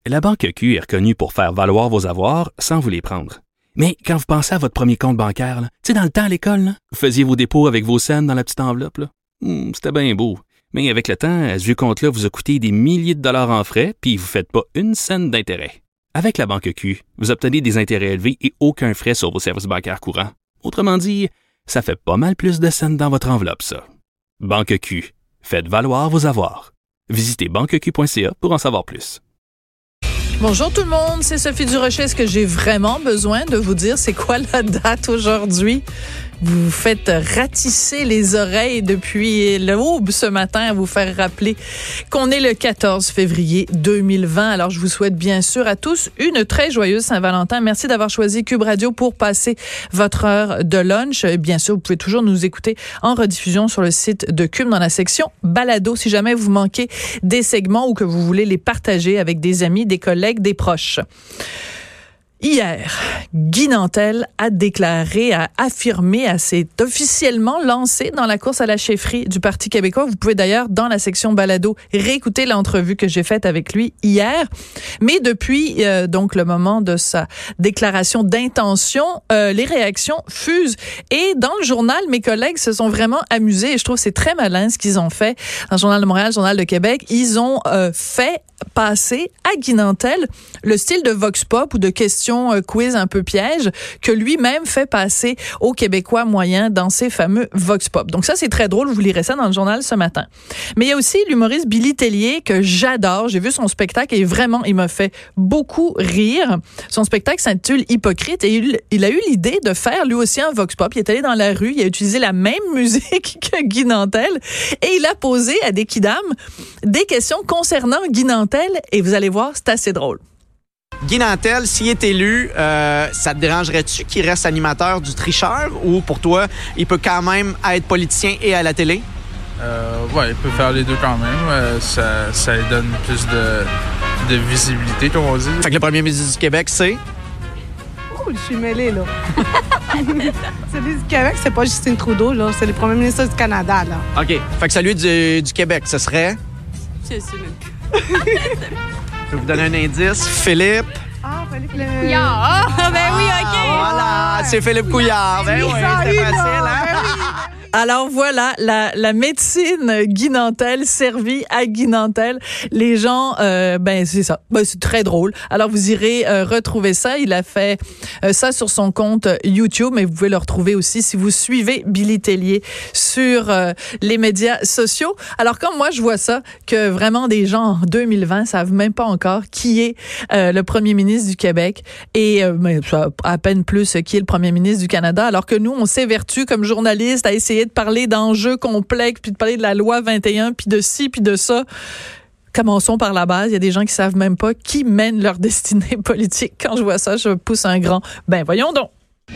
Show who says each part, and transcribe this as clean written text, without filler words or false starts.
Speaker 1: La Banque Q est reconnue pour faire valoir vos avoirs sans vous les prendre. Mais quand vous pensez à votre premier compte bancaire, tu sais, dans le temps à l'école, là, vous faisiez vos dépôts avec vos scènes dans la petite enveloppe. Là. C'était bien beau. Mais avec le temps, ce vieux compte-là vous a coûté des milliers de dollars en frais, puis vous ne faites pas une scène d'intérêt. Avec la Banque Q, vous obtenez des intérêts élevés et aucun frais sur vos services bancaires courants. Autrement dit, ça fait pas mal plus de scènes dans votre enveloppe, ça. Banque Q. Faites valoir vos avoirs. Visitez banqueq.ca pour en savoir plus.
Speaker 2: Bonjour tout le monde, c'est Sophie Durocher. Est-ce que j'ai vraiment besoin de vous dire c'est quoi la date aujourd'hui? Vous vous faites ratisser les oreilles depuis l'aube ce matin à vous faire rappeler qu'on est le 14 février 2020. Alors, je vous souhaite bien sûr à tous une très joyeuse Saint-Valentin. Merci d'avoir choisi Cube Radio pour passer votre heure de lunch. Bien sûr, vous pouvez toujours nous écouter en rediffusion sur le site de Cube dans la section Balado. Si jamais vous manquez des segments ou que vous voulez les partager avec des amis, des collègues, des proches. Hier, Guy Nantel a déclaré, a affirmé, s'est officiellement lancé dans la course à la chefferie du Parti québécois. Vous pouvez d'ailleurs, dans la section Balado, réécouter l'entrevue que j'ai faite avec lui hier. Mais depuis donc le moment de sa déclaration d'intention, les réactions fusent. Et dans le journal, mes collègues se sont vraiment amusés et je trouve que c'est très malin ce qu'ils ont fait. Dans le Journal de Montréal, le Journal de Québec, ils ont fait passer à Guy Nantel le style de Vox Pop ou de questions quiz un peu piège que lui-même fait passer aux Québécois moyens dans ses fameux Vox Pop. Donc ça, c'est très drôle. Vous lirez ça dans le journal ce matin. Mais il y a aussi l'humoriste Billy Tellier que j'adore. J'ai vu son spectacle et vraiment, il m'a fait beaucoup rire. Son spectacle s'intitule Hypocrite et il a eu l'idée de faire lui aussi un Vox Pop. Il est allé dans la rue, il a utilisé la même musique que Guy Nantel et il a posé à des kidams des questions concernant Guy Nantel et vous allez voir, c'est assez drôle.
Speaker 3: Guy Nantel, s'il est élu, ça te dérangerait-tu qu'il reste animateur du Tricheur ou pour toi, il peut quand même être politicien et à la télé?
Speaker 4: Ouais, il peut faire les deux quand même. Ça lui donne plus de visibilité, comme on dit.
Speaker 3: Fait que le premier ministre du Québec, c'est?
Speaker 5: Oh, je suis mêlée, là. Celui du Québec, c'est pas Justin Trudeau, là. C'est le premier ministre du Canada, là.
Speaker 3: OK. Fait que celui du Québec, ce serait?
Speaker 5: Je sais même.
Speaker 3: Je vais vous donner un indice. Philippe.
Speaker 5: Ah, Philippe
Speaker 2: Couillard. Ah, ben oui, OK.
Speaker 3: Voilà, c'est Philippe Couillard. Ben oui, c'était facile, hein?
Speaker 2: Alors voilà, la médecine Guy Nantel servie à Guy Nantel. Les gens, c'est ça. Ben, c'est très drôle. Alors vous irez retrouver ça. Il a fait ça sur son compte YouTube, mais vous pouvez le retrouver aussi si vous suivez Billy Tellier sur les médias sociaux. Alors comme moi, je vois ça, que vraiment des gens en 2020 savent même pas encore qui est le premier ministre du Québec et à peine plus qui est le premier ministre du Canada, alors que nous, on s'évertue comme journalistes à essayer de parler d'enjeux complexes, puis de parler de la loi 21, puis de ci, puis de ça. Commençons par la base. Il y a des gens qui savent même pas qui mène leur destinée politique. Quand je vois ça, je pousse un grand « ben voyons donc ».